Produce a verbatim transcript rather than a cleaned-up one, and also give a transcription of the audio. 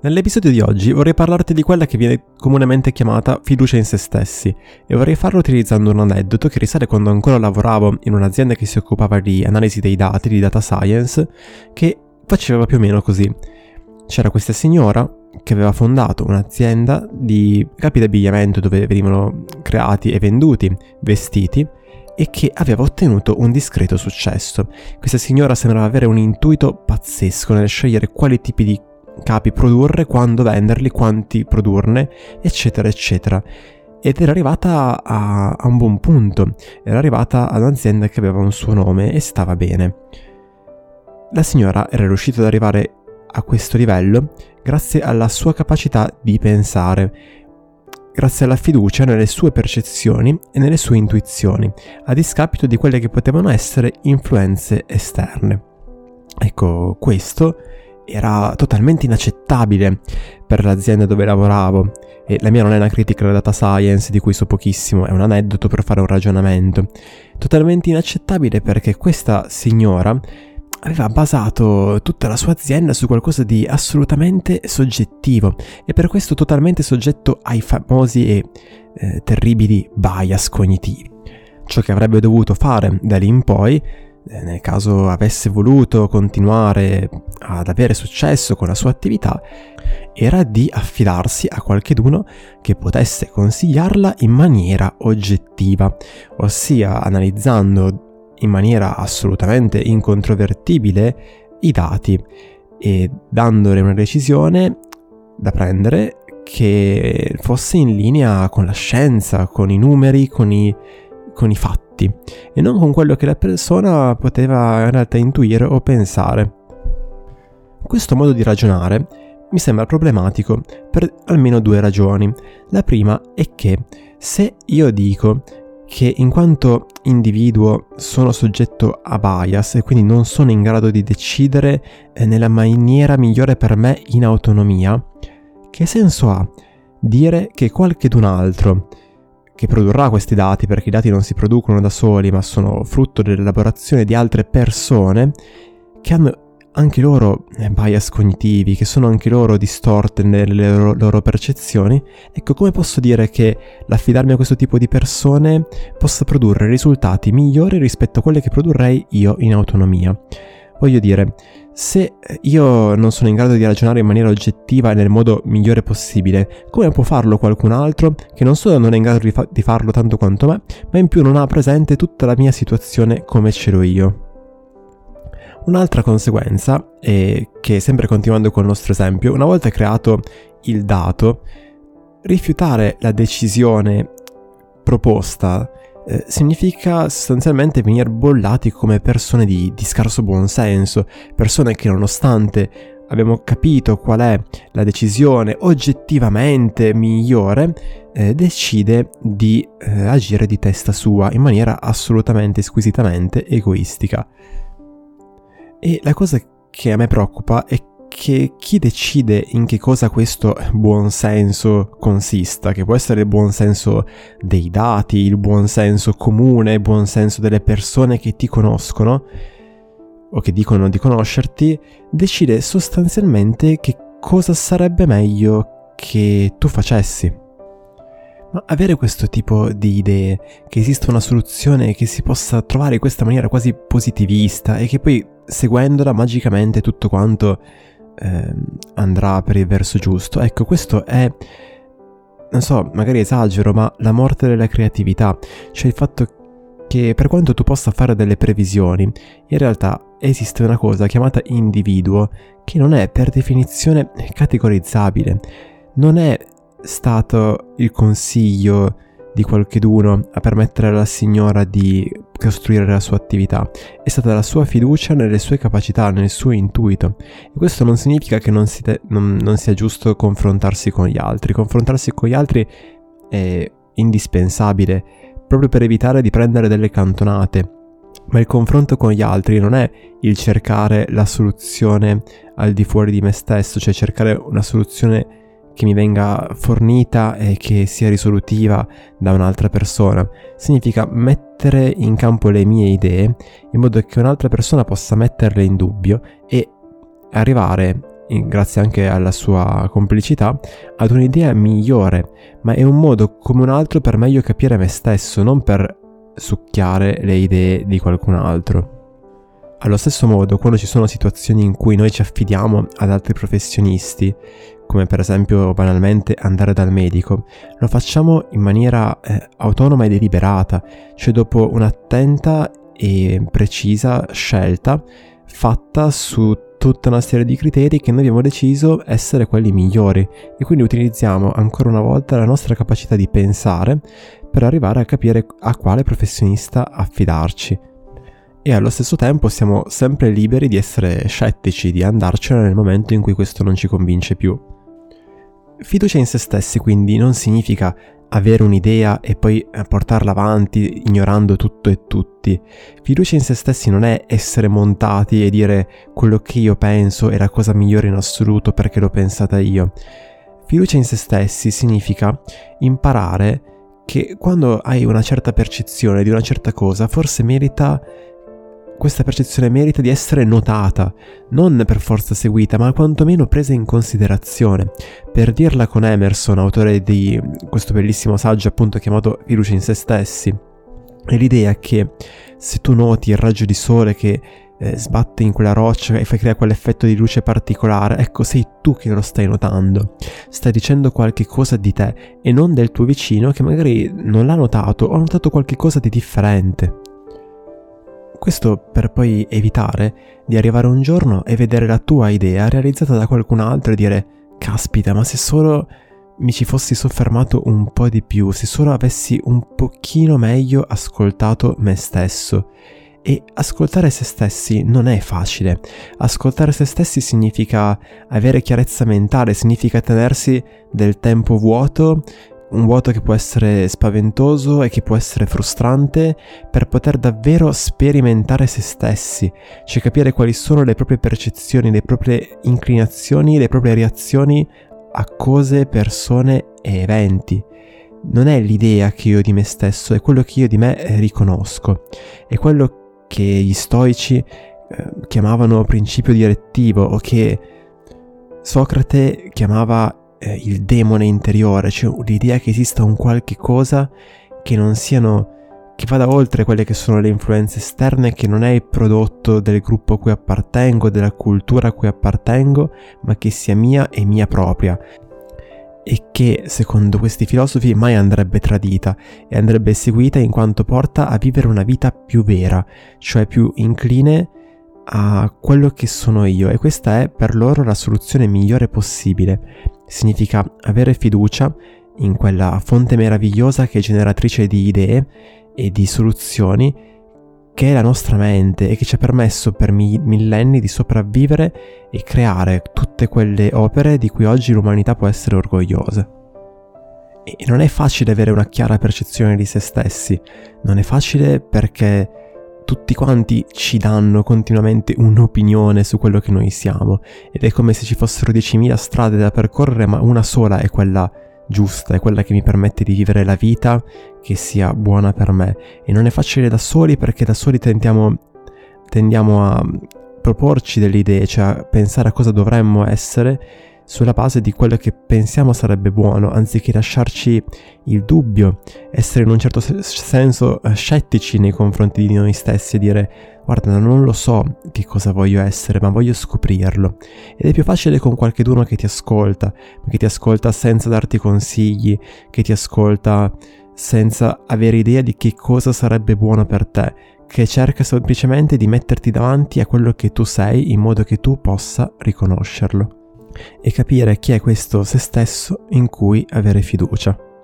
Nell'episodio di oggi vorrei parlarti di quella che viene comunemente chiamata fiducia in se stessi e vorrei farlo utilizzando un aneddoto che risale quando ancora lavoravo in un'azienda che si occupava di analisi dei dati, di data science, che faceva più o meno così. C'era questa signora che aveva fondato un'azienda di capi d'abbigliamento dove venivano creati e venduti vestiti e che aveva ottenuto un discreto successo. Questa signora sembrava avere un intuito pazzesco nel scegliere quali tipi di capi produrre, quando venderli, quanti produrne, eccetera eccetera. Ed era arrivata a, a un buon punto, era arrivata ad un'azienda che aveva un suo nome e stava bene. La signora era riuscita ad arrivare a questo livello grazie alla sua capacità di pensare, grazie alla fiducia nelle sue percezioni e nelle sue intuizioni, a discapito di quelle che potevano essere influenze esterne. Ecco, questo era totalmente inaccettabile per l'azienda dove lavoravo, e la mia non è una critica alla data science di cui so pochissimo, è un aneddoto per fare un ragionamento. Totalmente inaccettabile perché questa signora aveva basato tutta la sua azienda su qualcosa di assolutamente soggettivo e per questo totalmente soggetto ai famosi e eh, terribili bias cognitivi. Ciò che avrebbe dovuto fare da lì in poi, eh, nel caso avesse voluto continuare ad avere successo con la sua attività, era di affidarsi a qualcheduno che potesse consigliarla in maniera oggettiva, ossia analizzando in maniera assolutamente incontrovertibile i dati e dandole una decisione da prendere che fosse in linea con la scienza, con i numeri, con i, con i fatti e non con quello che la persona poteva in realtà intuire o pensare. Questo modo di ragionare mi sembra problematico per almeno due ragioni. La prima è che se io dico che in quanto individuo sono soggetto a bias e quindi non sono in grado di decidere nella maniera migliore per me in autonomia, che senso ha dire che qualchedun altro che produrrà questi dati, perché i dati non si producono da soli ma sono frutto dell'elaborazione di altre persone che hanno anche loro bias cognitivi, che sono anche loro distorte nelle loro, loro percezioni, ecco, come posso dire che l'affidarmi a questo tipo di persone possa produrre risultati migliori rispetto a quelle che produrrei io in autonomia? Voglio dire, se io non sono in grado di ragionare in maniera oggettiva e nel modo migliore possibile, come può farlo qualcun altro che non solo non è in grado di, fa- di farlo tanto quanto me, ma in più non ha presente tutta la mia situazione come ce l'ho io? Un'altra conseguenza è che, sempre continuando col nostro esempio, una volta creato il dato, rifiutare la decisione proposta eh, significa sostanzialmente venire bollati come persone di, di scarso buonsenso, persone che nonostante abbiamo capito qual è la decisione oggettivamente migliore, eh, decide di eh, agire di testa sua in maniera assolutamente squisitamente egoistica. E la cosa che a me preoccupa è che chi decide in che cosa questo buonsenso consista, che può essere il buonsenso dei dati, il buonsenso comune, il buonsenso delle persone che ti conoscono o che dicono di conoscerti, decide sostanzialmente che cosa sarebbe meglio che tu facessi. Ma avere questo tipo di idee, che esista una soluzione che si possa trovare in questa maniera quasi positivista e che poi seguendola magicamente tutto quanto eh, andrà per il verso giusto, ecco, questo è, non so, magari esagero, ma la morte della creatività, cioè il fatto che per quanto tu possa fare delle previsioni, in realtà esiste una cosa chiamata individuo che non è per definizione categorizzabile, non è stato il consiglio di qualcheduno a permettere alla signora di costruire la sua attività, è stata la sua fiducia nelle sue capacità, nel suo intuito, e questo non significa che non, si te- non, non sia giusto confrontarsi con gli altri. Confrontarsi con gli altri è indispensabile proprio per evitare di prendere delle cantonate, ma il confronto con gli altri non è il cercare la soluzione al di fuori di me stesso, cioè cercare una soluzione che mi venga fornita e che sia risolutiva da un'altra persona. Significa mettere in campo le mie idee in modo che un'altra persona possa metterle in dubbio e arrivare grazie anche alla sua complicità, ad un'idea migliore, ma è un modo come un altro per meglio capire me stesso, non per succhiare le idee di qualcun altro. Allo stesso modo, quando ci sono situazioni in cui noi ci affidiamo ad altri professionisti, come per esempio banalmente andare dal medico, lo facciamo in maniera eh, autonoma e deliberata, cioè dopo un'attenta e precisa scelta fatta su tutta una serie di criteri che noi abbiamo deciso essere quelli migliori, e quindi utilizziamo ancora una volta la nostra capacità di pensare per arrivare a capire a quale professionista affidarci. E allo stesso tempo siamo sempre liberi di essere scettici, di andarcene nel momento in cui questo non ci convince più. Fiducia in se stessi quindi non significa avere un'idea e poi portarla avanti ignorando tutto e tutti. Fiducia in se stessi non è essere montati e dire quello che io penso è la cosa migliore in assoluto perché l'ho pensata io. Fiducia in se stessi significa imparare che quando hai una certa percezione di una certa cosa, forse merita questa percezione merita di essere notata, non per forza seguita, ma quantomeno presa in considerazione. Per dirla con Emerson, autore di questo bellissimo saggio appunto chiamato Fiducia in se stessi, è l'idea che se tu noti il raggio di sole che eh, sbatte in quella roccia e fa creare quell'effetto di luce particolare, ecco, sei tu che lo stai notando. Stai dicendo qualche cosa di te e non del tuo vicino che magari non l'ha notato o ha notato qualche cosa di differente. Questo per poi evitare di arrivare un giorno e vedere la tua idea realizzata da qualcun altro e dire caspita, ma se solo mi ci fossi soffermato un po' di più, se solo avessi un pochino meglio ascoltato me stesso. E ascoltare se stessi non è facile. Ascoltare se stessi significa avere chiarezza mentale, significa tenersi del tempo vuoto, un vuoto che può essere spaventoso e che può essere frustrante, per poter davvero sperimentare se stessi, cioè capire quali sono le proprie percezioni, le proprie inclinazioni, le proprie reazioni a cose, persone e eventi. Non è l'idea che io ho di me stesso, è quello che io di me riconosco, è quello che gli stoici eh, chiamavano principio direttivo, o che Socrate chiamava il demone interiore, cioè l'idea che esista un qualche cosa che non siano, che vada oltre quelle che sono le influenze esterne, che non è il prodotto del gruppo a cui appartengo, della cultura a cui appartengo, ma che sia mia e mia propria, e che secondo questi filosofi mai andrebbe tradita e andrebbe seguita in quanto porta a vivere una vita più vera, cioè più incline a quello che sono io, e questa è per loro la soluzione migliore possibile. Significa avere fiducia in quella fonte meravigliosa che è generatrice di idee e di soluzioni, che è la nostra mente e che ci ha permesso per mi- millenni di sopravvivere e creare tutte quelle opere di cui oggi l'umanità può essere orgogliosa. E non è facile avere una chiara percezione di se stessi, non è facile perché tutti quanti ci danno continuamente un'opinione su quello che noi siamo, ed è come se ci fossero diecimila strade da percorrere, ma una sola è quella giusta, è quella che mi permette di vivere la vita che sia buona per me. E non è facile da soli, perché da soli tendiamo, tendiamo a proporci delle idee, cioè a pensare a cosa dovremmo essere sulla base di quello che pensiamo sarebbe buono, anziché lasciarci il dubbio, essere in un certo senso scettici nei confronti di noi stessi e dire guarda, non lo so che cosa voglio essere, ma voglio scoprirlo. Ed è più facile con qualcuno che ti ascolta, che ti ascolta senza darti consigli, che ti ascolta senza avere idea di che cosa sarebbe buono per te, che cerca semplicemente di metterti davanti a quello che tu sei in modo che tu possa riconoscerlo e capire chi è questo se stesso in cui avere fiducia.